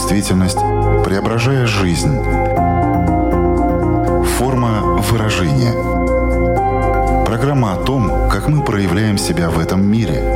действительность, преображая жизнь. Форма выражения. Программа о том, как мы проявляем себя в этом мире.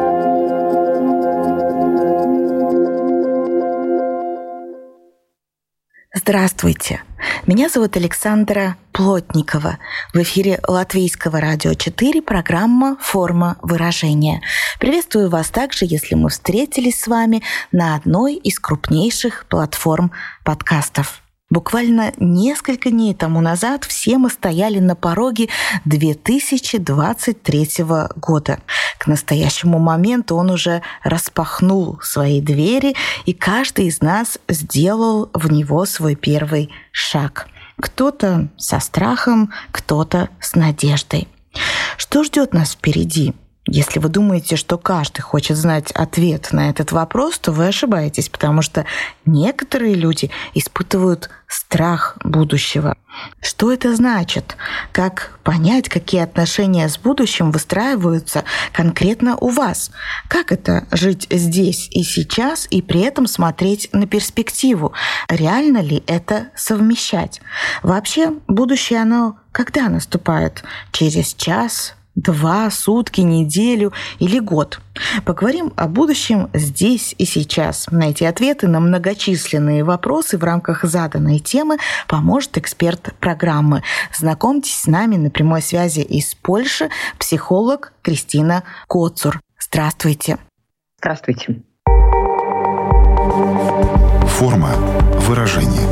Здравствуйте! Меня зовут Александра Плотникова. В эфире Латвийского радио 4 программа «Форма выражения». Приветствую вас также, если мы встретились с вами на одной из крупнейших платформ подкастов. Буквально несколько дней тому назад все мы стояли на пороге 2023 года. К настоящему моменту он уже распахнул свои двери, и каждый из нас сделал в него свой первый шаг. Кто-то со страхом, кто-то с надеждой. Что ждет нас впереди? Если вы думаете, что каждый хочет знать ответ на этот вопрос, то вы ошибаетесь, потому что некоторые люди испытывают страх будущего. Что это значит? Как понять, какие отношения с будущим выстраиваются конкретно у вас? Как это жить здесь и сейчас и при этом смотреть на перспективу? Реально ли это совмещать? Вообще, будущее, оно когда наступает? Через час? 2, сутки, неделю или год. Поговорим о будущем здесь и сейчас. Найти ответы на многочисленные вопросы в рамках заданной темы поможет эксперт программы. Знакомьтесь с нами на прямой связи из Польши психолог Кристина Коцур. Здравствуйте. Здравствуйте. Форма выражения.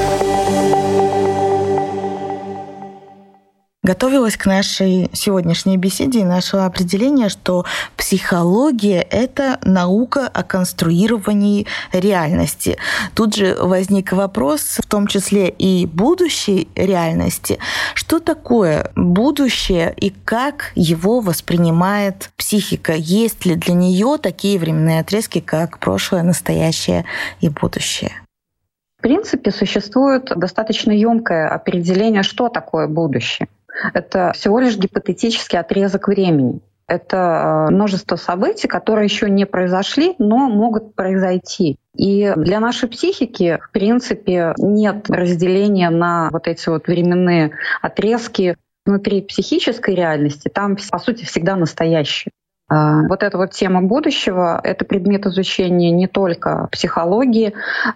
Готовилась к нашей сегодняшней беседе и нашего определения, что психология – это наука о конструировании реальности. Тут же возник вопрос, в том числе и будущей реальности. Что такое будущее и как его воспринимает психика? Есть ли для нее такие временные отрезки, как прошлое, настоящее и будущее? В принципе, существует достаточно емкое определение, что такое будущее. Это всего лишь гипотетический отрезок времени. Это множество событий, которые еще не произошли, но могут произойти. И для нашей психики, в принципе, нет разделения на вот эти вот временные отрезки внутри психической реальности. Там, по сути, всегда настоящее. Вот эта вот тема будущего — это предмет изучения не только психологии,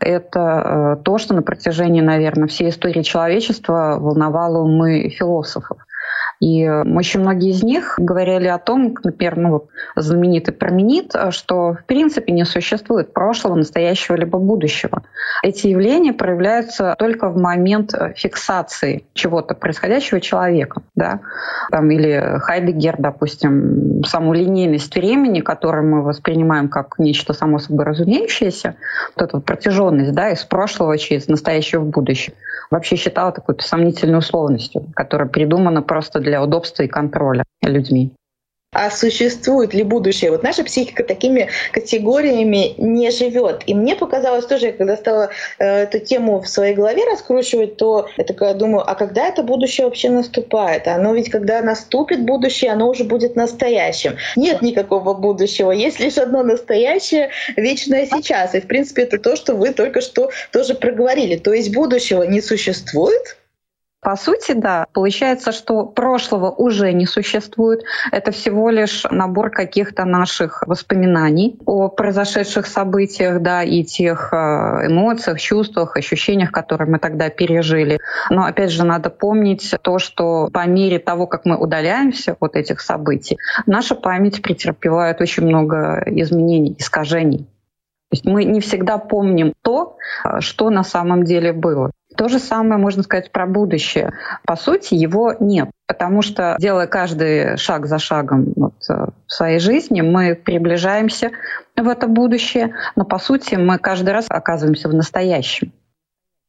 это то, что на протяжении, наверное, всей истории человечества волновало умы философов. И очень многие из них говорили о том, например, знаменитый Парменид, что в принципе не существует прошлого, настоящего либо будущего. Эти явления проявляются только в момент фиксации чего-то происходящего человеком. Да? Или Хайдеггер, допустим, саму линейность времени, которую мы воспринимаем как нечто само собой разумеющееся, вот эта протяженность, да, из прошлого через настоящее в будущее, вообще считала такой сомнительной условностью, которая придумана просто для удобства и контроля людьми. А существует ли будущее? Вот наша психика такими категориями не живет. И мне показалось тоже, когда стала эту тему в своей голове раскручивать, то я такая думаю, а когда это будущее вообще наступает? Оно ведь, когда наступит будущее, оно уже будет настоящим. Нет никакого будущего, есть лишь одно настоящее, вечное сейчас. И, в принципе, это то, что вы только что тоже проговорили. То есть будущего не существует? По сути, да. Получается, что прошлого уже не существует. Это всего лишь набор каких-то наших воспоминаний о произошедших событиях, да, и тех эмоциях, чувствах, ощущениях, которые мы тогда пережили. Но, опять же, надо помнить то, что по мере того, как мы удаляемся от этих событий, наша память претерпевает очень много изменений, искажений. То есть мы не всегда помним то, что на самом деле было. То же самое можно сказать про будущее. По сути, его нет, потому что, делая каждый шаг за шагом в своей жизни, мы приближаемся в это будущее, но, по сути, мы каждый раз оказываемся в настоящем.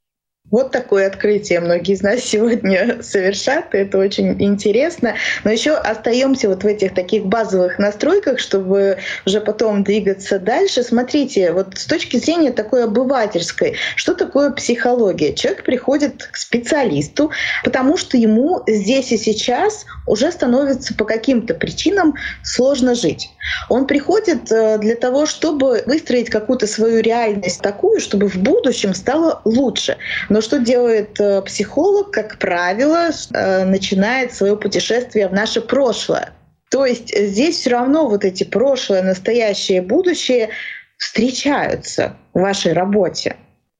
Вот такое открытие многие из нас сегодня совершат, и это очень интересно. Но еще остаемся вот в этих таких базовых настройках, чтобы уже потом двигаться дальше. Смотрите, вот с точки зрения такой обывательской, что такое психология? Человек приходит к специалисту, потому что ему здесь и сейчас уже становится по каким-то причинам сложно жить. Он приходит для того, чтобы выстроить какую-то свою реальность такую, чтобы в будущем стало лучше. Но что делает психолог, как правило, начинает свое путешествие в наше прошлое. То есть здесь все равно вот эти прошлое, настоящее, будущее встречаются в вашей работе.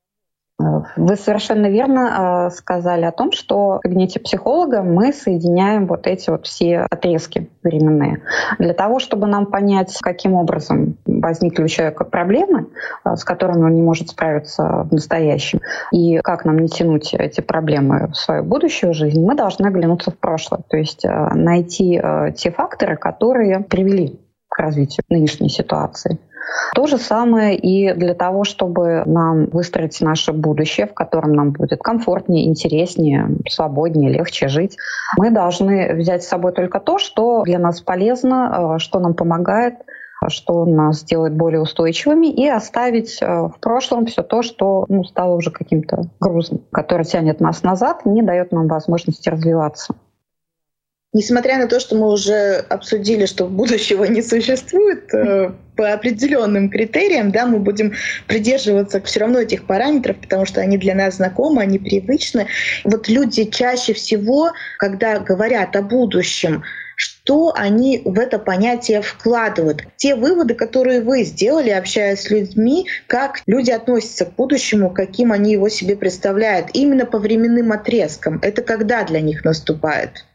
Вы совершенно верно сказали о том, что в кабинете психолога мы соединяем вот эти вот все отрезки временные. Для того, чтобы нам понять, каким образом возникли у человека проблемы, с которыми он не может справиться в настоящем, и как нам не тянуть эти проблемы в свою будущую жизнь, мы должны оглянуться в прошлое, то есть найти те факторы, которые привели к развитию нынешней ситуации. То же самое и для того, чтобы нам выстроить наше будущее, в котором нам будет комфортнее, интереснее, свободнее, легче жить. Мы должны взять с собой только то, что для нас полезно, что нам помогает, что нас делает более устойчивыми, и оставить в прошлом все то, что стало уже каким-то грузом, который тянет нас назад и не дает нам возможности развиваться. Несмотря на то, что мы уже обсудили, что будущего не существует, по определенным критериям, да, мы будем придерживаться все равно этих параметров, потому что они для нас знакомы, они привычны. Вот люди чаще всего, когда говорят о будущем, что они в это понятие вкладывают. Те выводы, которые вы сделали, общаясь с людьми, как люди относятся к будущему, каким они его себе представляют, именно по временным отрезкам. Это когда для них наступает?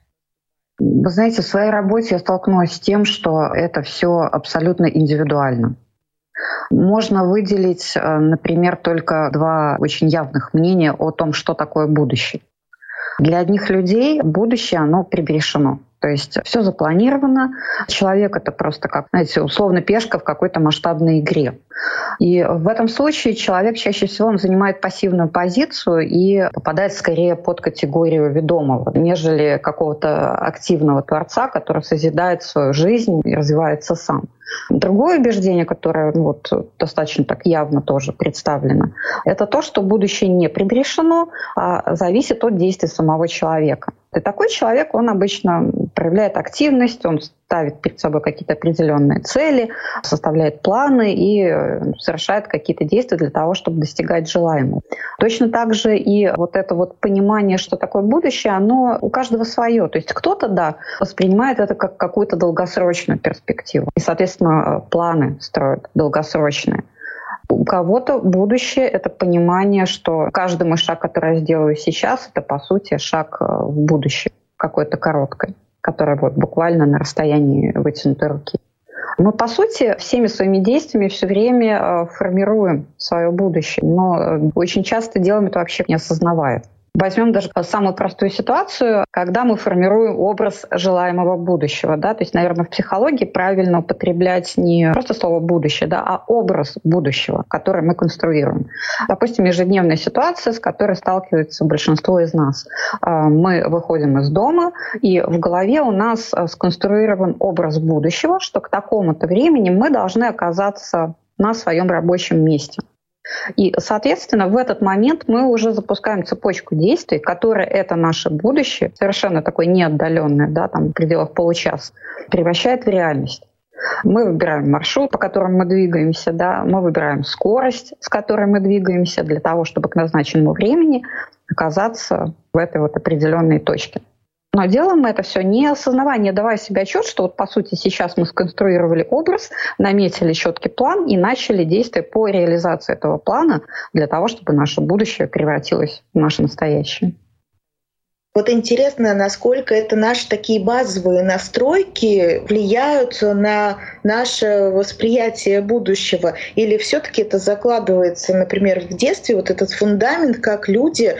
Вы знаете, в своей работе я столкнулась с тем, что это все абсолютно индивидуально. Можно выделить, например, только два очень явных мнения о том, что такое будущее. Для одних людей будущее, оно предрешено. То есть все запланировано. Человек — это просто как, знаете, условно пешка в какой-то масштабной игре. И в этом случае человек чаще всего он занимает пассивную позицию и попадает скорее под категорию ведомого, нежели какого-то активного творца, который созидает свою жизнь и развивается сам. Другое убеждение, которое достаточно так явно тоже представлено, это то, что будущее не предрешено, а зависит от действий самого человека. И такой человек, он обычно проявляет активность, он ставит перед собой какие-то определенные цели, составляет планы и совершает какие-то действия для того, чтобы достигать желаемого. Точно так же и вот это вот понимание, что такое будущее, оно у каждого свое. То есть кто-то, да, воспринимает это как какую-то долгосрочную перспективу. И, соответственно, планы строят долгосрочные. У кого-то будущее — это понимание, что каждый мой шаг, который я сделаю сейчас, это, по сути, шаг в будущее, какой-то короткой, которая буквально на расстоянии вытянутой руки. Мы, по сути, всеми своими действиями все время формируем свое будущее, но очень часто делаем это вообще не осознавая. Возьмем даже самую простую ситуацию, когда мы формируем образ желаемого будущего. Да? То есть, наверное, в психологии правильно употреблять не просто слово «будущее», да, а образ будущего, который мы конструируем. Допустим, ежедневная ситуация, с которой сталкивается большинство из нас. Мы выходим из дома, и в голове у нас сконструирован образ будущего, что к такому-то времени мы должны оказаться на своем рабочем месте. И, соответственно, в этот момент мы уже запускаем цепочку действий, которая это наше будущее, совершенно такое неотдаленное, да, там в пределах получаса, превращает в реальность. Мы выбираем маршрут, по которому мы двигаемся, да, мы выбираем скорость, с которой мы двигаемся, для того, чтобы к назначенному времени оказаться в этой вот определенной точке. Но делаем мы это все не осознавая, не давая себе отчет, что по сути сейчас мы сконструировали образ, наметили четкий план и начали действия по реализации этого плана для того, чтобы наше будущее превратилось в наше настоящее. Вот интересно, насколько это наши такие базовые настройки влияют на наше восприятие будущего. Или все-таки это закладывается, например, в детстве, вот этот фундамент, как люди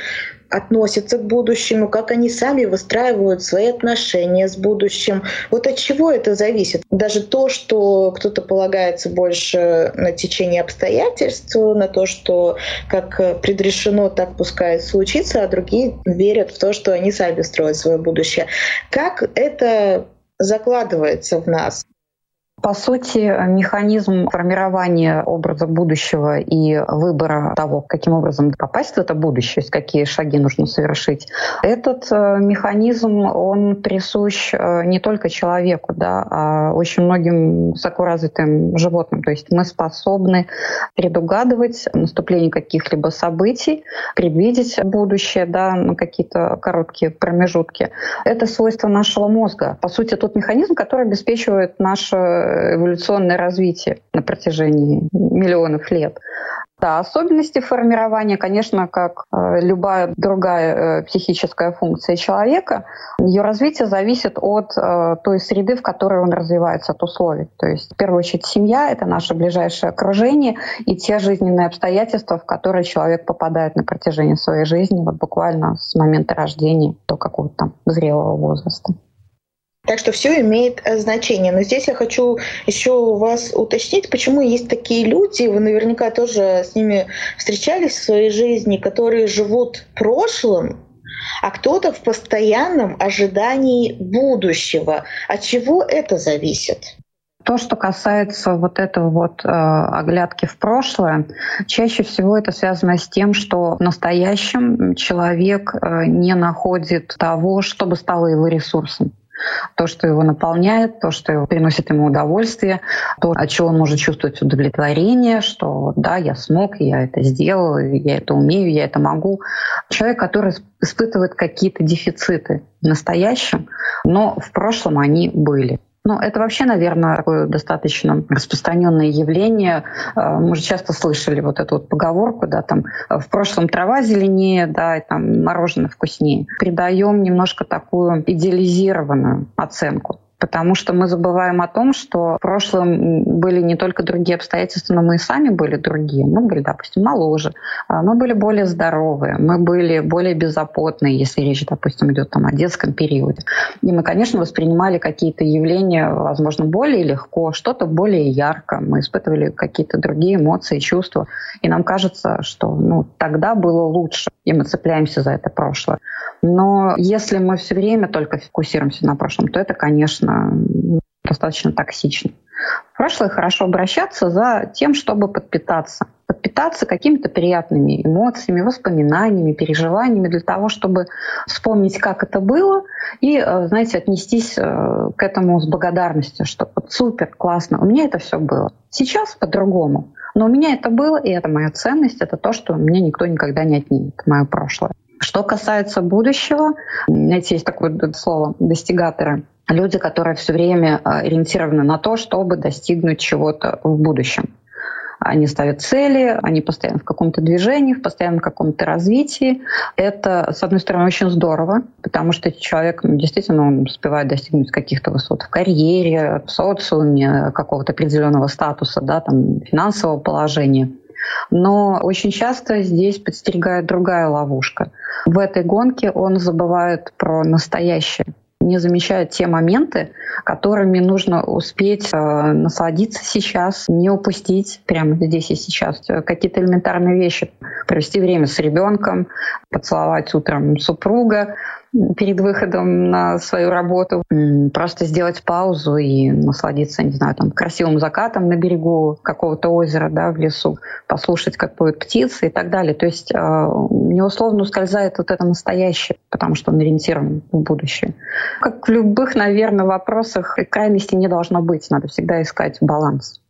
относятся к будущему, как они сами выстраивают свои отношения с будущим. Вот от чего это зависит? Даже то, что кто-то полагается больше на течение обстоятельств, на то, что как предрешено, так пускай случится, а другие верят в то, что они сами строят свое будущее. Как это закладывается в нас? По сути, механизм формирования образа будущего и выбора того, каким образом попасть в это будущее, какие шаги нужно совершить, этот механизм, он присущ не только человеку, да, а очень многим высокоразвитым животным. То есть мы способны предугадывать наступление каких-либо событий, предвидеть будущее, да, на какие-то короткие промежутки. Это свойство нашего мозга. По сути, тот механизм, который обеспечивает наше эволюционное развитие на протяжении миллионов лет. Да, особенности формирования, конечно, как любая другая психическая функция человека, ее развитие зависит от той среды, в которой он развивается, от условий. То есть, в первую очередь, семья — это наше ближайшее окружение и те жизненные обстоятельства, в которые человек попадает на протяжении своей жизни, вот буквально с момента рождения до какого-то там зрелого возраста. Так что все имеет значение. Но здесь я хочу еще у вас уточнить, почему есть такие люди, вы наверняка тоже с ними встречались в своей жизни, которые живут прошлым, а кто-то в постоянном ожидании будущего. От чего это зависит? То, что касается вот этого вот оглядки в прошлое, чаще всего это связано с тем, что в настоящем человек не находит того, что бы стало его ресурсом. То, что его наполняет, то, что приносит ему удовольствие, то, от чего он может чувствовать удовлетворение, что да, я смог, я это сделал, я это умею, я это могу. Человек, который испытывает какие-то дефициты в настоящем, но в прошлом они были. Ну, это вообще, наверное, такое достаточно распространенное явление. Мы же часто слышали вот эту вот поговорку, да, там в прошлом трава зеленее, да, и там мороженое вкуснее. Придаем немножко такую идеализированную оценку. Потому что мы забываем о том, что в прошлом были не только другие обстоятельства, но мы и сами были другие. Мы были, допустим, моложе, мы были более здоровые, мы были более беззаботные, если речь, допустим, идет там о детском периоде. И мы, конечно, воспринимали какие-то явления, возможно, более легко, что-то более ярко. Мы испытывали какие-то другие эмоции, чувства. И нам кажется, что тогда было лучше, и мы цепляемся за это прошлое. Но если мы все время только фокусируемся на прошлом, то это, конечно, достаточно токсично. В прошлое хорошо обращаться за тем, чтобы подпитаться какими-то приятными эмоциями, воспоминаниями, переживаниями для того, чтобы вспомнить, как это было, и, знаете, отнестись к этому с благодарностью, что вот супер, классно, у меня это все было. Сейчас по-другому, но у меня это было, и это моя ценность, это то, что мне никто никогда не отнимет, мое прошлое. Что касается будущего, знаете, есть такое слово «достигаторы». Люди, которые все время ориентированы на то, чтобы достигнуть чего-то в будущем. Они ставят цели, они постоянно в каком-то движении, в постоянном каком-то развитии. Это, с одной стороны, очень здорово, потому что человек действительно он успевает достигнуть каких-то высот в карьере, в социуме, какого-то определенного статуса, да, там, финансового положения. Но очень часто здесь подстерегает другая ловушка. В этой гонке он забывает про настоящее, не замечает те моменты, которыми нужно успеть насладиться сейчас, не упустить прямо здесь и сейчас какие-то элементарные вещи. Провести время с ребенком, поцеловать утром супруга перед выходом на свою работу, просто сделать паузу и насладиться, не знаю, там, красивым закатом на берегу какого-то озера, да, в лесу, послушать, как поют птицы и так далее. То есть неусловно ускользает вот это настоящее, потому что он ориентирован в будущее. Как в любых, наверное, вопросах, крайности не должно быть, надо всегда искать баланс.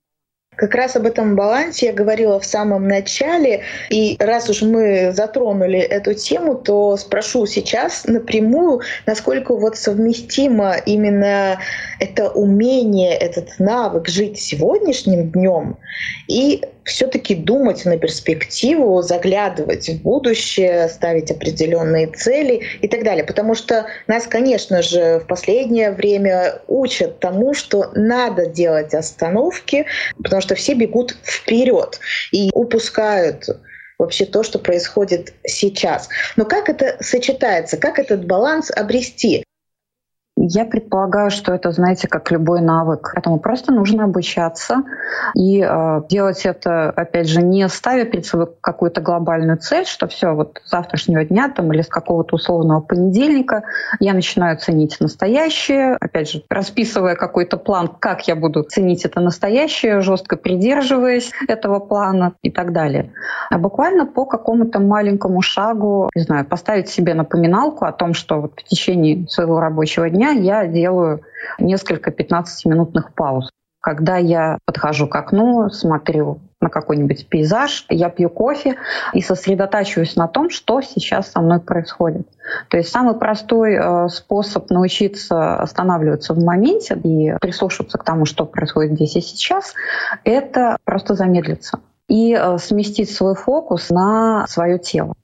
Как раз об этом балансе я говорила в самом начале. И раз уж мы затронули эту тему, то спрошу сейчас напрямую, насколько вот совместимо именно это умение, этот навык жить сегодняшним днем и все-таки думать на перспективу, заглядывать в будущее, ставить определенные цели и так далее. Потому что нас, конечно же, в последнее время учат тому, что надо делать остановки, потому что все бегут вперед и упускают вообще то, что происходит сейчас. Но как это сочетается, как этот баланс обрести? Я предполагаю, что это, знаете, как любой навык. Поэтому просто нужно обучаться и делать это, опять же, не ставя перед собой какую-то глобальную цель, что все, вот с завтрашнего дня там, или с какого-то условного понедельника я начинаю ценить настоящее, опять же, расписывая какой-то план, как я буду ценить это настоящее, жестко придерживаясь этого плана и так далее. А буквально по какому-то маленькому шагу, не знаю, поставить себе напоминалку о том, что вот в течение своего рабочего дня я делаю несколько 15-минутных пауз. Когда я подхожу к окну, смотрю на какой-нибудь пейзаж, я пью кофе и сосредотачиваюсь на том, что сейчас со мной происходит. То есть самый простой способ научиться останавливаться в моменте и прислушиваться к тому, что происходит здесь и сейчас, это просто замедлиться и сместить свой фокус на свое тело.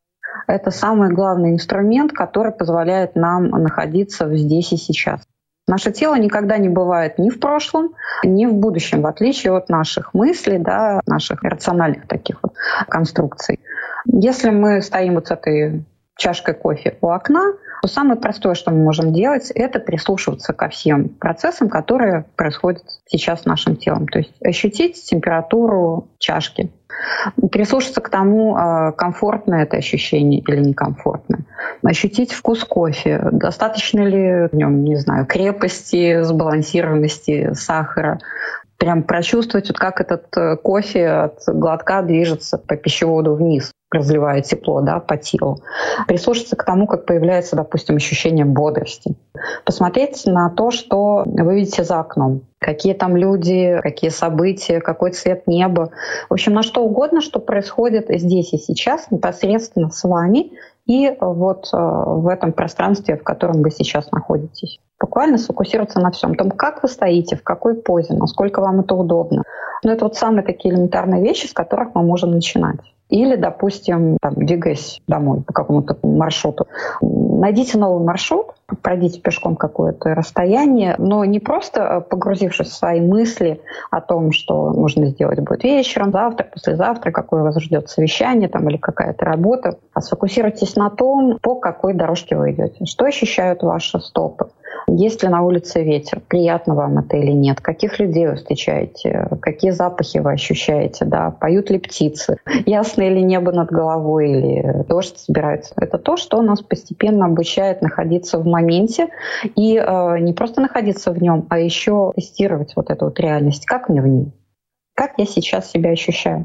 Это самый главный инструмент, который позволяет нам находиться здесь и сейчас. Наше тело никогда не бывает ни в прошлом, ни в будущем, в отличие от наших мыслей, да, наших рациональных таких вот конструкций. Если мы стоим вот с этой чашкой кофе у окна, то самое простое, что мы можем делать, это прислушиваться ко всем процессам, которые происходят сейчас с нашим телом. То есть ощутить температуру чашки, прислушаться к тому, комфортное это ощущение или некомфортное. Ощутить вкус кофе, достаточно ли в нем, не знаю, крепости, сбалансированности, сахара. Прям прочувствовать, вот как этот кофе от глотка движется по пищеводу вниз, разливая тепло, да, по телу. Прислушаться к тому, как появляется, допустим, ощущение бодрости. Посмотреть на то, что вы видите за окном. Какие там люди, какие события, какой цвет неба. В общем, на что угодно, что происходит здесь и сейчас, непосредственно с вами и вот в этом пространстве, в котором вы сейчас находитесь. Буквально сфокусироваться на всем том, как вы стоите, в какой позе, насколько вам это удобно. Но это вот самые такие элементарные вещи, с которых мы можем начинать. Или, допустим, двигаясь домой по какому-то маршруту. Найдите новый маршрут, пройдите пешком какое-то расстояние, но не просто погрузившись в свои мысли о том, что нужно сделать будет вечером, завтра, послезавтра, какое вас ждет совещание там, или какая-то работа, а сфокусируйтесь на том, по какой дорожке вы идете, что ощущают ваши стопы. Есть ли на улице ветер? Приятно вам это или нет? Каких людей вы встречаете? Какие запахи вы ощущаете? Да? Поют ли птицы? Ясно ли небо над головой? Или дождь собирается? Это то, что нас постепенно обучает находиться в моменте. И не просто находиться в нем, а еще тестировать вот эту вот реальность. Как мне в ней? Как я сейчас себя ощущаю?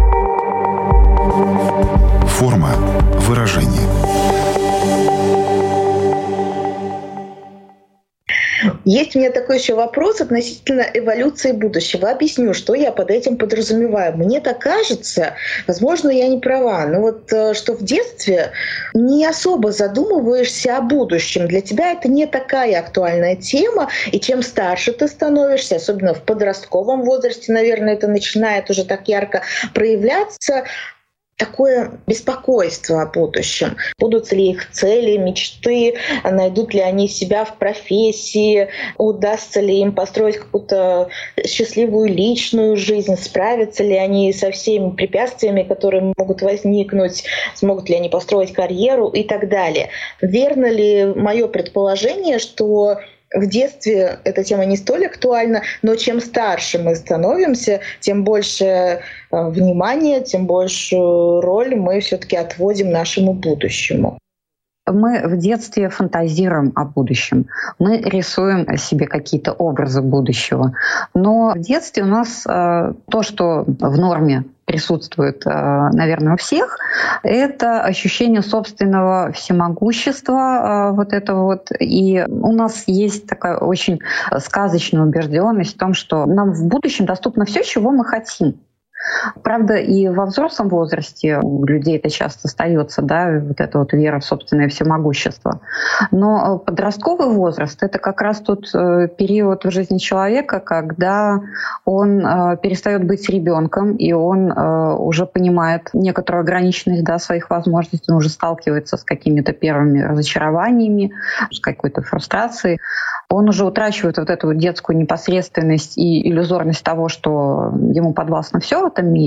Форма выражения. Есть у меня такой еще вопрос относительно эволюции будущего. Объясню, что я под этим подразумеваю. Мне так кажется, возможно, я не права, но вот что в детстве не особо задумываешься о будущем. Для тебя это не такая актуальная тема, и чем старше ты становишься, особенно в подростковом возрасте, наверное, это начинает уже так ярко проявляться, такое беспокойство о будущем. Будут ли их цели, мечты, найдут ли они себя в профессии, удастся ли им построить какую-то счастливую личную жизнь, справятся ли они со всеми препятствиями, которые могут возникнуть, смогут ли они построить карьеру и так далее. Верно ли мое предположение, что в детстве эта тема не столь актуальна, но чем старше мы становимся, тем больше внимания, тем большую роль мы все-таки отводим нашему будущему. Мы в детстве фантазируем о будущем, мы рисуем себе какие-то образы будущего. Но в детстве у нас то, что в норме присутствует, наверное, у всех, это ощущение собственного всемогущества, вот этого вот. И у нас есть такая очень сказочная убежденность в том, что нам в будущем доступно все, чего мы хотим. Правда, и во взрослом возрасте у людей это часто остается, да, вот эта вот вера в собственное всемогущество. Но подростковый возраст — это как раз тот период в жизни человека, когда он перестает быть ребенком, и он уже понимает некоторую ограниченность, да, своих возможностей, он уже сталкивается с какими-то первыми разочарованиями, с какой-то фрустрацией. Он уже утрачивает вот эту детскую непосредственность и иллюзорность того, что ему подвластно все в этом мире.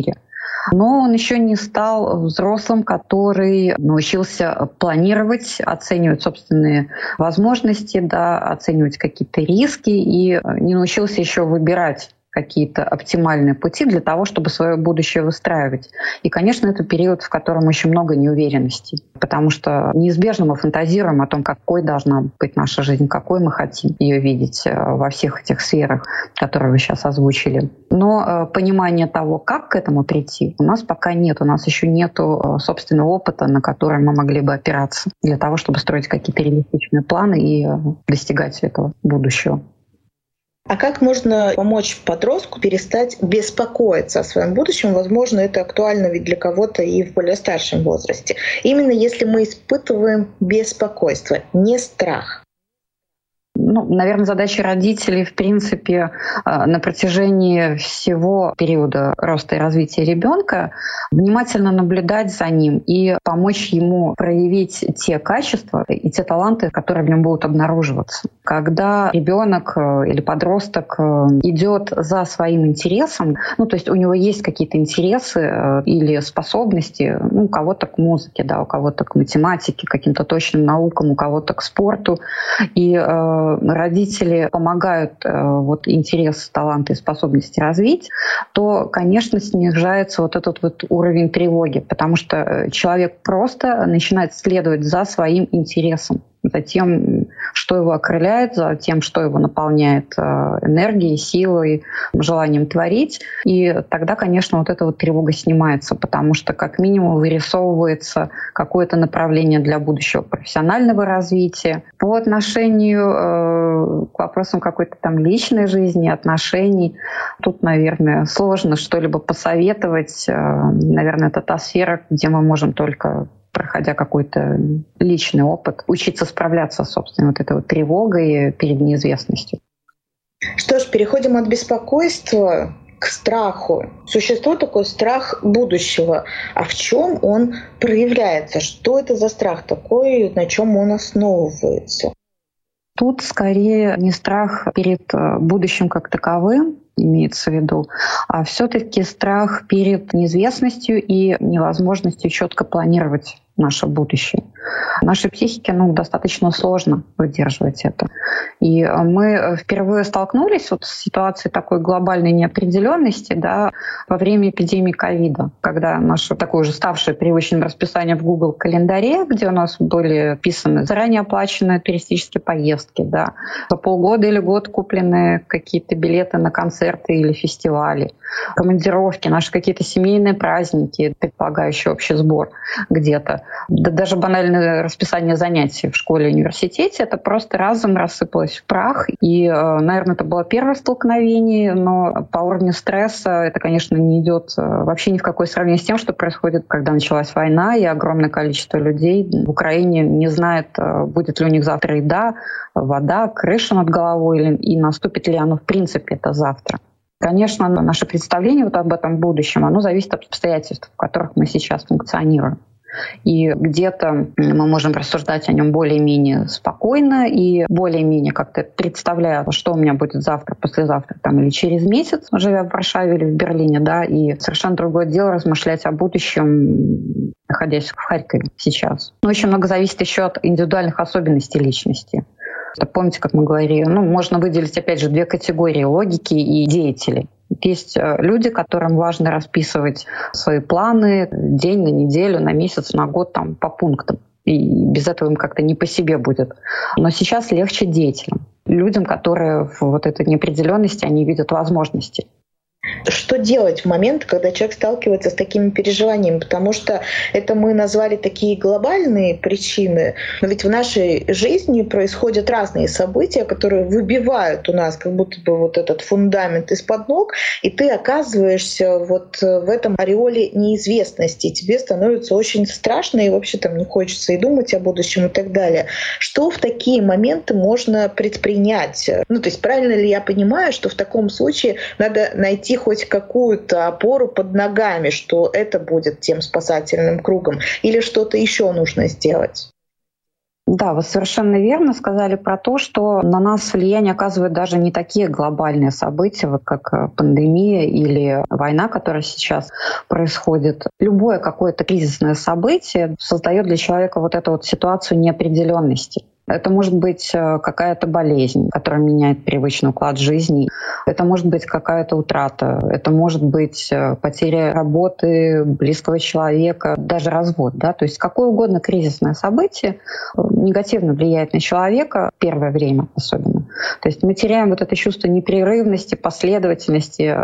Но он еще не стал взрослым, который научился планировать, оценивать собственные возможности, да, оценивать какие-то риски и не научился еще выбирать какие-то оптимальные пути для того, чтобы свое будущее выстраивать. И, конечно, это период, в котором очень много неуверенности, потому что неизбежно мы фантазируем о том, какой должна быть наша жизнь, какой мы хотим ее видеть во всех этих сферах, которые вы сейчас озвучили. Но понимания того, как к этому прийти, у нас пока нет. У нас еще нет собственного опыта, на который мы могли бы опираться для того, чтобы строить какие-то реалистичные планы и достигать этого будущего. А как можно помочь подростку перестать беспокоиться о своем будущем? Возможно, это актуально ведь для кого-то и в более старшем возрасте. Именно если мы испытываем беспокойство, не страх. Наверное, задача родителей, в принципе, на протяжении всего периода роста и развития ребенка внимательно наблюдать за ним и помочь ему проявить те качества и те таланты, которые в нем будут обнаруживаться. Когда ребенок или подросток идет за своим интересом, то есть у него есть какие-то интересы или способности, у кого-то к музыке, да, у кого-то к математике, к каким-то точным наукам, у кого-то к спорту, и родители помогают интерес, таланты и способности развить, то, конечно, снижается этот уровень тревоги, потому что человек просто начинает следовать за своим интересом, за тем, что его окрыляет, за тем, что его наполняет энергией, силой, желанием творить. И тогда, конечно, эта тревога снимается, потому что как минимум вырисовывается какое-то направление для будущего профессионального развития. По отношению к вопросам какой-то личной жизни, отношений, тут, наверное, сложно что-либо посоветовать. Наверное, это та сфера, где мы можем только, проходя какой-то личный опыт, учиться справляться с собственной этой тревогой перед неизвестностью. Что ж, переходим от беспокойства к страху. Существует такой страх будущего. А в чем он проявляется? Что это за страх такой, на чем он основывается? Тут скорее не страх перед будущим как таковым, имеется в виду, а все-таки страх перед неизвестностью и невозможностью четко планировать наше будущее. Нашей психике достаточно сложно выдерживать это. И мы впервые столкнулись с ситуацией такой глобальной неопределенности, да, во время эпидемии ковида, когда наше такое уже ставшее привычным расписание в Google календаре, где у нас были вписаны заранее оплаченные туристические поездки, да, за полгода или год купленные какие-то билеты на концерты или фестивали, командировки, наши какие-то семейные праздники, предполагающие общий сбор где-то. Да даже банальное расписание занятий в школе и университете, это просто разом рассыпалось в прах. И, наверное, это было первое столкновение, но по уровню стресса это, конечно, не идет вообще ни в какое сравнение с тем, что происходит, когда началась война, и огромное количество людей в Украине не знает, будет ли у них завтра еда, вода, крыша над головой, и наступит ли оно в принципе это завтра. Конечно, наше представление об этом будущем, оно зависит от обстоятельств, в которых мы сейчас функционируем. И где-то мы можем рассуждать о нем более-менее спокойно и более-менее как-то представляя, что у меня будет завтра, послезавтра или через месяц, живя в Варшаве или в Берлине, да, и совершенно другое дело размышлять о будущем, находясь в Харькове сейчас. Но очень много зависит еще от индивидуальных особенностей личности. Помните, как мы говорили, можно выделить, опять же, две категории — логики и деятелей. Есть люди, которым важно расписывать свои планы день на неделю, на месяц, на год по пунктам. И без этого им как-то не по себе будет. Но сейчас легче деятелям, людям, которые в этой неопределенности, они видят возможности. Что делать в момент, когда человек сталкивается с такими переживаниями? Потому что это мы назвали такие глобальные причины, но ведь в нашей жизни происходят разные события, которые выбивают у нас как будто бы этот фундамент из-под ног, и ты оказываешься в этом ореоле неизвестности, и тебе становится очень страшно, и вообще не хочется и думать о будущем и так далее. Что в такие моменты можно предпринять? То есть правильно ли я понимаю, что в таком случае надо найти хоть какую-то опору под ногами, что это будет тем спасательным кругом, или что-то еще нужно сделать? Да, вы совершенно верно сказали про то, что на нас влияние оказывают даже не такие глобальные события, вот как пандемия или война, которая сейчас происходит. Любое какое-то кризисное событие создает для человека вот эту вот ситуацию неопределенности. Это может быть какая-то болезнь, которая меняет привычный уклад жизни. Это может быть какая-то утрата. Это может быть потеря работы, близкого человека, даже развод. Да? То есть какое угодно кризисное событие негативно влияет на человека в первое время особенно. То есть мы теряем вот это чувство непрерывности, последовательности,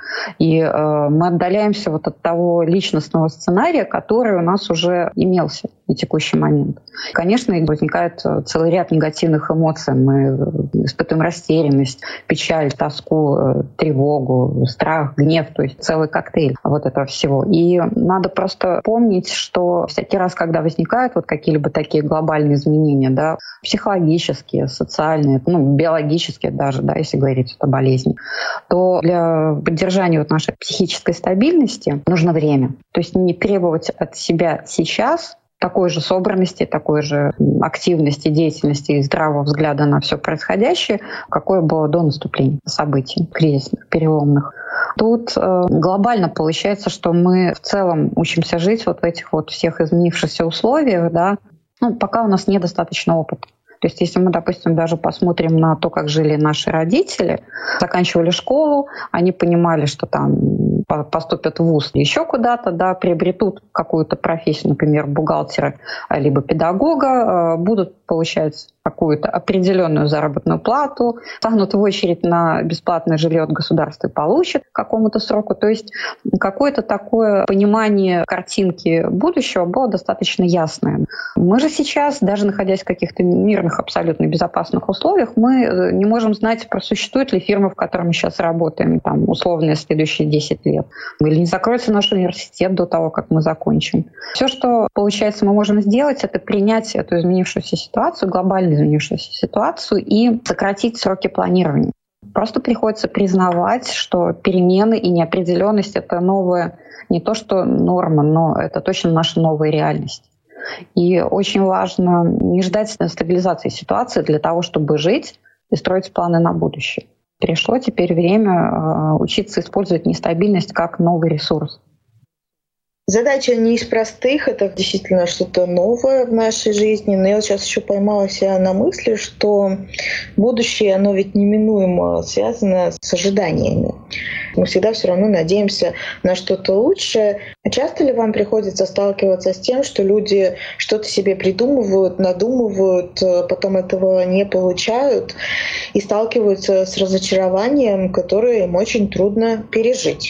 и мы отдаляемся вот от того личностного сценария, который у нас уже имелся на текущий момент. Конечно, возникает целый ряд негативных эмоций. Мы испытываем растерянность, печаль, тоску, тревогу, страх, гнев, то есть целый коктейль вот этого всего. И надо просто помнить, что всякий раз, когда возникают вот какие-либо такие глобальные изменения, да, психологические, социальные, биологические даже, да, если говорить о болезни, то для поддержания вот нашей психической стабильности нужно время. То есть не требовать от себя сейчас такой же собранности, такой же активности, деятельности и здравого взгляда на все происходящее, какое было до наступления событий кризисных, переломных. Тут глобально получается, что мы в целом учимся жить вот в этих вот всех изменившихся условиях, да, пока у нас недостаточно опыта. То есть если мы, допустим, даже посмотрим на то, как жили наши родители, заканчивали школу, они понимали, что там поступят в вуз еще куда-то, да, приобретут какую-то профессию, например, бухгалтера либо педагога, будут получать какую-то определенную заработную плату, станут в очередь на бесплатное жилье от государства и получат к какому-то сроку. То есть какое-то такое понимание картинки будущего было достаточно ясное. Мы же сейчас, даже находясь в каких-то мирных, абсолютно безопасных условиях, мы не можем знать, существует ли фирма, в которой мы сейчас работаем, там, условно, следующие 10 лет. Или не закроется наш университет до того, как мы закончим. Все, что, получается, мы можем сделать, это принять эту изменившуюся ситуацию, глобально изменившуюся ситуацию и сократить сроки планирования. Просто приходится признавать, что перемены и неопределенность — это новая, не то что норма, но это точно наша новая реальность. И очень важно не ждать стабилизации ситуации для того, чтобы жить и строить планы на будущее. Пришло теперь время учиться использовать нестабильность как новый ресурс. Задача не из простых, это действительно что-то новое в нашей жизни, но я сейчас еще поймала себя на мысли, что будущее, оно ведь неминуемо связано с ожиданиями. Мы всегда все равно надеемся на что-то лучшее. А часто ли вам приходится сталкиваться с тем, что люди что-то себе придумывают, надумывают, потом этого не получают и сталкиваются с разочарованием, которое им очень трудно пережить?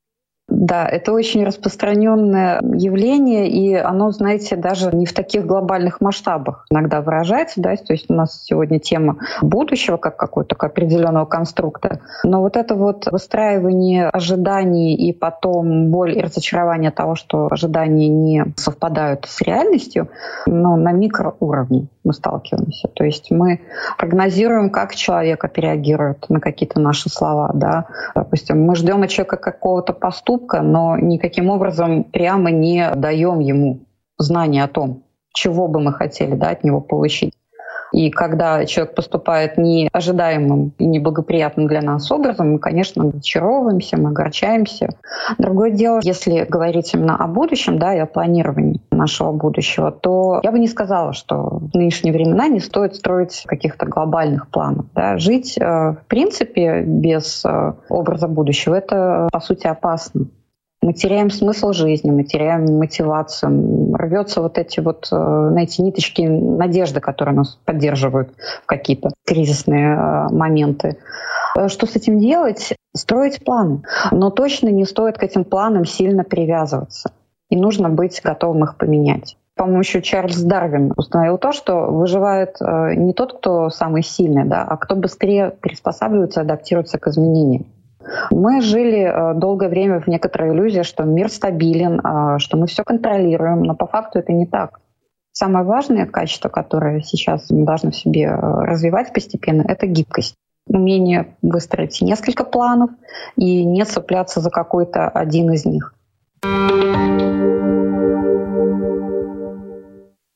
Да, это очень распространенное явление, и оно, знаете, даже не в таких глобальных масштабах иногда выражается. Да? То есть у нас сегодня тема будущего как какого-то определенного конструкта. Но вот это вот выстраивание ожиданий и потом боль и разочарование того, что ожидания не совпадают с реальностью, на микроуровне мы сталкиваемся. То есть мы прогнозируем, как человек отреагирует на какие-то наши слова. Да? Допустим, мы ждем от человека какого-то поступка, но никаким образом прямо не даем ему знания о том, чего бы мы хотели, да, от него получить. И когда человек поступает неожидаемым и неблагоприятным для нас образом, мы, конечно, разочаровываемся, мы огорчаемся. Другое дело, если говорить именно о будущем, да, и о планировании нашего будущего, то я бы не сказала, что в нынешние времена не стоит строить каких-то глобальных планов. Да. Жить, в принципе, без образа будущего — это, по сути, опасно. Мы теряем смысл жизни, мы теряем мотивацию. Рвётся вот эти вот, знаете, ниточки надежды, которые нас поддерживают в какие-то кризисные моменты. Что с этим делать? Строить планы. Но точно не стоит к этим планам сильно привязываться. И нужно быть готовым их поменять. По-моему, еще Чарльз Дарвин установил то, что выживает не тот, кто самый сильный, да, а кто быстрее приспосабливается, адаптируется к изменениям. Мы жили долгое время в некоторой иллюзии, что мир стабилен, что мы все контролируем, но по факту это не так. Самое важное качество, которое сейчас мы должны в себе развивать постепенно, это гибкость. Умение выстроить несколько планов и не цепляться за какой-то один из них.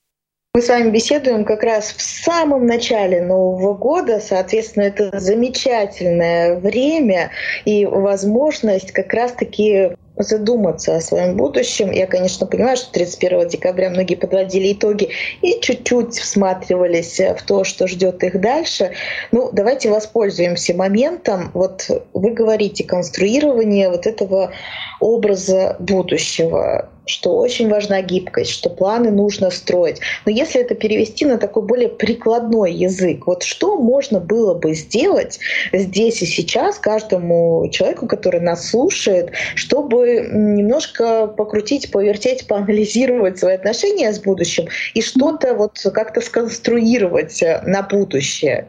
Мы с вами беседуем как раз в самом начале Нового года, соответственно, это замечательное время и возможность как раз-таки задуматься о своем будущем. Я, конечно, понимаю, что 31 декабря многие подводили итоги и чуть-чуть всматривались в то, что ждет их дальше. Ну, давайте воспользуемся моментом. Вот вы говорите конструирование вот этого образа будущего, что очень важна гибкость, что планы нужно строить. Но если это перевести на такой более прикладной язык, вот что можно было бы сделать здесь и сейчас каждому человеку, который нас слушает, чтобы немножко покрутить, повертеть, поанализировать свои отношения с будущим и что-то вот как-то сконструировать на будущее?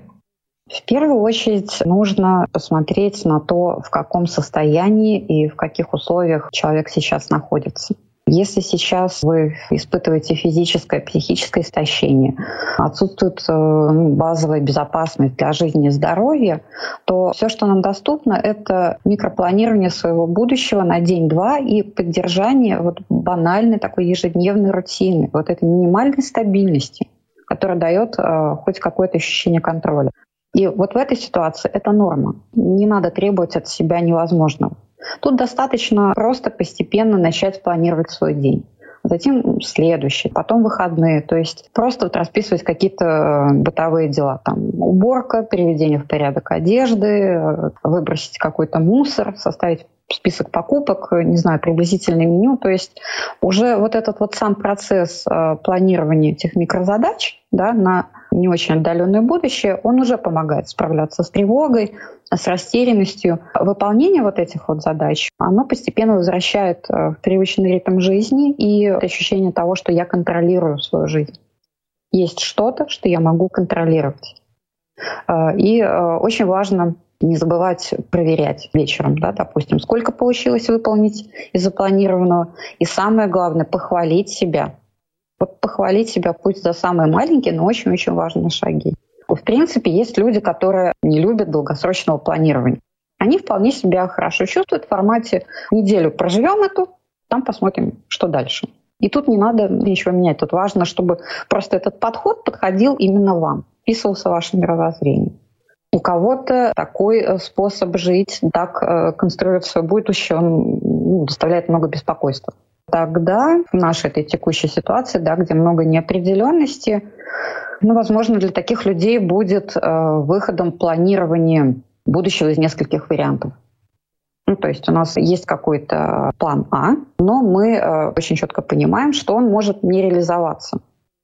В первую очередь нужно посмотреть на то, в каком состоянии и в каких условиях человек сейчас находится. Если сейчас вы испытываете физическое, психическое истощение, отсутствует базовая безопасность для жизни и здоровья, то все, что нам доступно, это микропланирование своего будущего на день-два и поддержание вот банальной такой ежедневной рутины, вот этой минимальной стабильности, которая дает хоть какое-то ощущение контроля. И вот в этой ситуации это норма. Не надо требовать от себя невозможного. Тут достаточно просто постепенно начать планировать свой день. Затем следующий, потом выходные. То есть просто вот расписывать какие-то бытовые дела. Там уборка, приведение в порядок одежды, выбросить какой-то мусор, составить список покупок, не знаю, приблизительное меню. То есть уже вот этот вот сам процесс планирования этих микрозадач, да, на не очень отдаленное будущее, он уже помогает справляться с тревогой, с растерянностью. Выполнение вот этих вот задач, оно постепенно возвращает в привычный ритм жизни и ощущение того, что я контролирую свою жизнь. Есть что-то, что я могу контролировать. И очень важно не забывать проверять вечером, да, допустим, сколько получилось выполнить из запланированного. И самое главное — похвалить себя. Вот похвалить себя пусть за самые маленькие, но очень-очень важные шаги. В принципе, есть люди, которые не любят долгосрочного планирования. Они вполне себя хорошо чувствуют в формате неделю проживем эту, там посмотрим, что дальше. И тут не надо ничего менять. Тут важно, чтобы просто этот подход подходил именно вам, вписывался в ваше мировоззрение. У кого-то такой способ жить, так конструировать свое будущее, он доставляет много беспокойства. Тогда в нашей этой текущей ситуации, да, где много неопределенности, возможно, для таких людей будет выходом планирование будущего из нескольких вариантов. То есть у нас есть какой-то план А, но мы очень четко понимаем, что он может не реализоваться.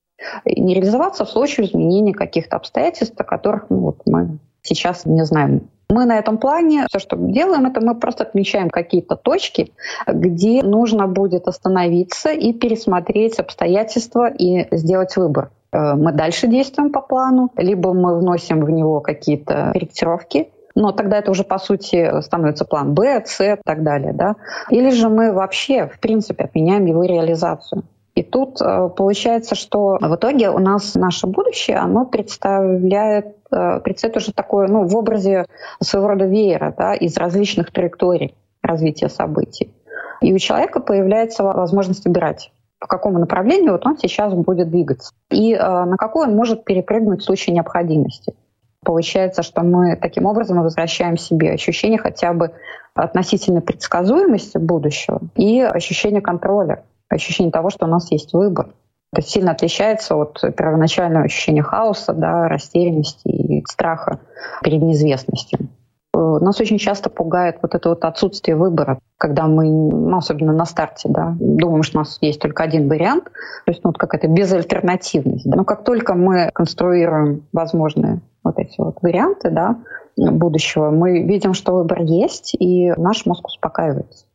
Не реализоваться в случае изменения каких-то обстоятельств, о которых мы сейчас не знаем. Мы на этом плане, все, что делаем, это мы просто отмечаем какие-то точки, где нужно будет остановиться и пересмотреть обстоятельства и сделать выбор. Мы дальше действуем по плану, либо мы вносим в него какие-то корректировки, но тогда это уже, по сути, становится план Б, С и так далее. Да? Или же мы вообще, в принципе, отменяем его реализацию. И тут получается, что в итоге у нас наше будущее, оно предстоит уже такое, в образе своего рода веера, да, из различных траекторий развития событий. И у человека появляется возможность выбирать, по какому направлению он сейчас будет двигаться, и на какой он может перепрыгнуть в случае необходимости. Получается, что мы таким образом возвращаем себе ощущение хотя бы относительной предсказуемости будущего и ощущение контроля, ощущение того, что у нас есть выбор. Это сильно отличается от первоначального ощущения хаоса, да, растерянности и страха перед неизвестностью. Нас очень часто пугает вот это вот отсутствие выбора, когда мы, особенно на старте, да, думаем, что у нас есть только один вариант, то есть какая-то безальтернативность. Да. Но как только мы конструируем возможные вот эти вот варианты, да, будущего, мы видим, что выбор есть, и наш мозг успокаивается.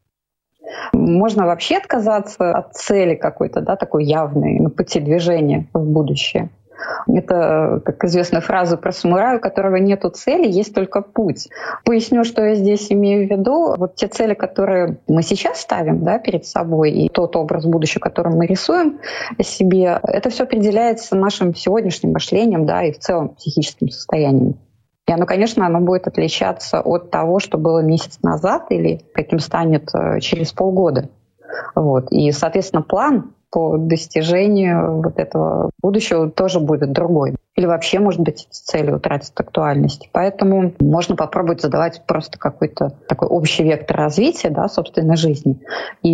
Можно вообще отказаться от цели какой-то, да, такой явной, на пути движения в будущее. Это, как известная фраза про самурая, у которого нету цели, есть только путь. Поясню, что я здесь имею в виду. Вот те цели, которые мы сейчас ставим, да, перед собой, и тот образ будущего, который мы рисуем себе, это все определяется нашим сегодняшним мышлением, да, и в целом психическим состоянием. И оно, конечно, будет отличаться от того, что было месяц назад или каким станет через полгода. Вот. И, соответственно, план по достижению вот этого будущего тоже будет другой. Или вообще, может быть, эти цели утратят актуальность. Поэтому можно попробовать задавать просто какой-то такой общий вектор развития, да, собственной жизни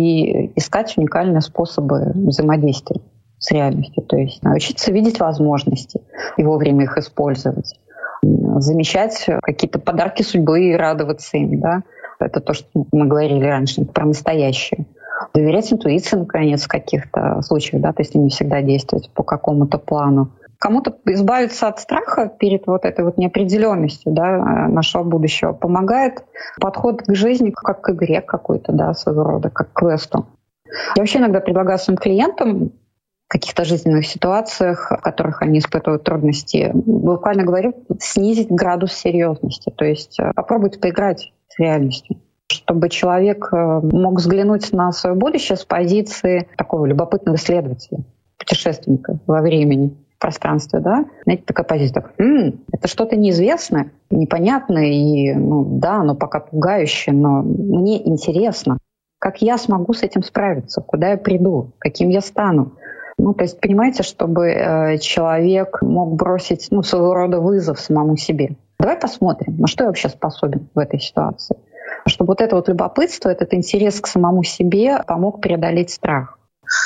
и искать уникальные способы взаимодействия с реальностью. То есть научиться видеть возможности и вовремя их использовать. Замечать какие-то подарки судьбы и радоваться им. Да? Это то, что мы говорили раньше, про настоящее. Доверять интуиции, наконец, в каких-то случаях, да, то есть не всегда действовать по какому-то плану. Кому-то избавиться от страха перед вот этой вот неопределенностью, да, нашего будущего помогает подход к жизни как к игре какой-то, да, своего рода, как к квесту. Я вообще иногда предлагаю своим клиентам в каких-то жизненных ситуациях, в которых они испытывают трудности, буквально говорю, снизить градус серьезности, то есть попробовать поиграть с реальностью, чтобы человек мог взглянуть на свое будущее с позиции такого любопытного исследователя, путешественника во времени, в пространстве, да. Знаете, такая позиция, это что-то неизвестное, непонятное, и, да, оно пока пугающее, но мне интересно, как я смогу с этим справиться, куда я приду, каким я стану. То есть, понимаете, чтобы человек мог бросить, своего рода вызов самому себе. Давай посмотрим, на что я вообще способен в этой ситуации. Чтобы вот это вот любопытство, этот интерес к самому себе помог преодолеть страх.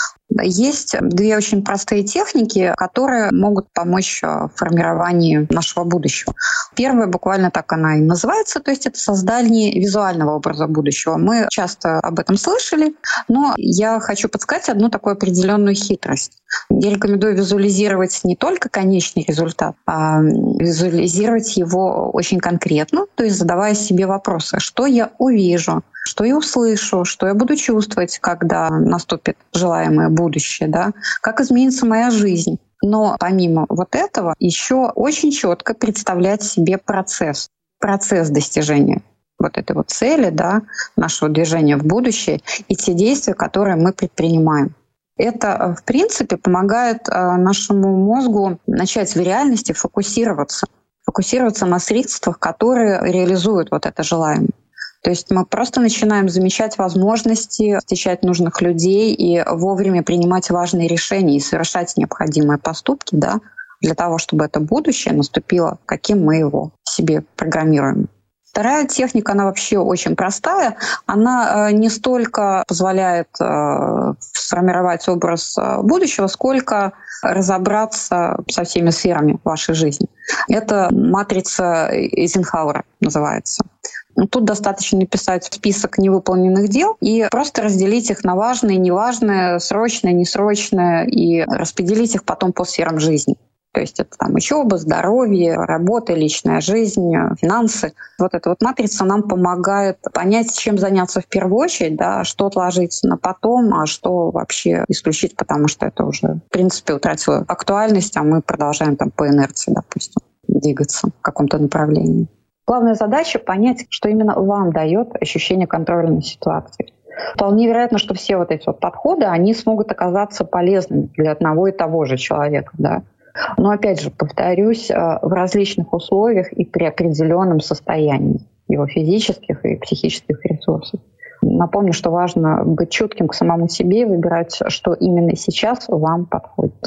Есть две очень простые техники, которые могут помочь в формировании нашего будущего. Первая буквально так она и называется, то есть это создание визуального образа будущего. Мы часто об этом слышали, но я хочу подсказать одну такую определенную хитрость. Я рекомендую визуализировать не только конечный результат, а визуализировать его очень конкретно, то есть задавая себе вопросы, что я увижу, что я услышу, что я буду чувствовать, когда наступит желаемое будущее, да? Как изменится моя жизнь. Но помимо вот этого еще очень четко представлять себе процесс достижения вот этой вот цели, да, нашего движения в будущее и те действия, которые мы предпринимаем. Это, в принципе, помогает нашему мозгу начать в реальности фокусироваться на средствах, которые реализуют вот это желаемое. То есть мы просто начинаем замечать возможности, встречать нужных людей и вовремя принимать важные решения и совершать необходимые поступки, да, для того, чтобы это будущее наступило, каким мы его себе программируем. Вторая техника, она вообще очень простая. Она не столько позволяет сформировать образ будущего, сколько разобраться со всеми сферами вашей жизни. Это матрица Эйзенхауэра называется. Тут достаточно написать список невыполненных дел и просто разделить их на важные, неважные, срочные, несрочные и распределить их потом по сферам жизни. То есть это учеба, здоровье, работа, личная жизнь, финансы. Вот эта вот матрица нам помогает понять, чем заняться в первую очередь, да, что отложить на потом, а что вообще исключить, потому что это уже, в принципе, утратило актуальность, а мы продолжаем по инерции, допустим, двигаться в каком-то направлении. Главная задача — понять, что именно вам дает ощущение контроля над ситуацией. Вполне вероятно, что все вот эти вот подходы, они смогут оказаться полезными для одного и того же человека, да. Но опять же, повторюсь, в различных условиях и при определенном состоянии его физических и психических ресурсов. Напомню, что важно быть чутким к самому себе и выбирать, что именно сейчас вам подходит.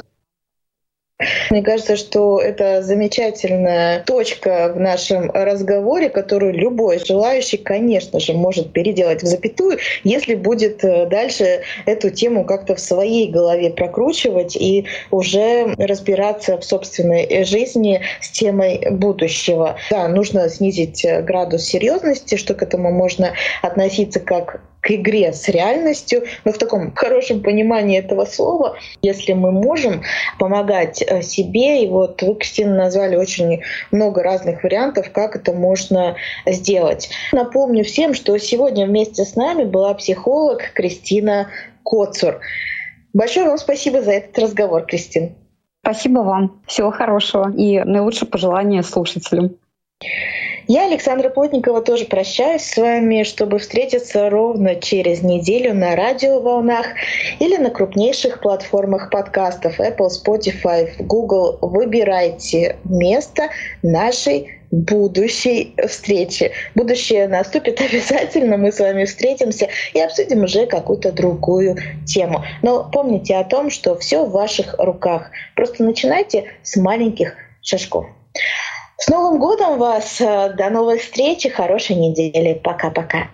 Мне кажется, что это замечательная точка в нашем разговоре, которую любой желающий, конечно же, может переделать в запятую, если будет дальше эту тему как-то в своей голове прокручивать и уже разбираться в собственной жизни с темой будущего. Да, нужно снизить градус серьезности, что к этому можно относиться как к игре с реальностью, но в таком хорошем понимании этого слова, если мы можем помогать себе, и вот вы, Кристина, назвали очень много разных вариантов, как это можно сделать. Напомню всем, что сегодня вместе с нами была психолог Кристина Коцур. Большое вам спасибо за этот разговор, Кристин. Спасибо вам. Всего хорошего и наилучшие пожелания слушателям. Я, Александра Плотникова, тоже прощаюсь с вами, чтобы встретиться ровно через неделю на радиоволнах или на крупнейших платформах подкастов Apple, Spotify, Google. Выбирайте место нашей будущей встречи. Будущее наступит обязательно, мы с вами встретимся и обсудим уже какую-то другую тему. Но помните о том, что все в ваших руках. Просто начинайте с маленьких шажков. С Новым годом вас! До новой встречи, хорошей недели. Пока-пока.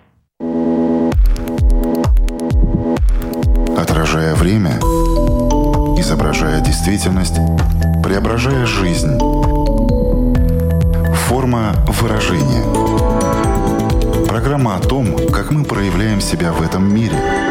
Отражая время, изображая действительность, преображая жизнь. Форма выражения. Программа о том, как мы проявляем себя в этом мире –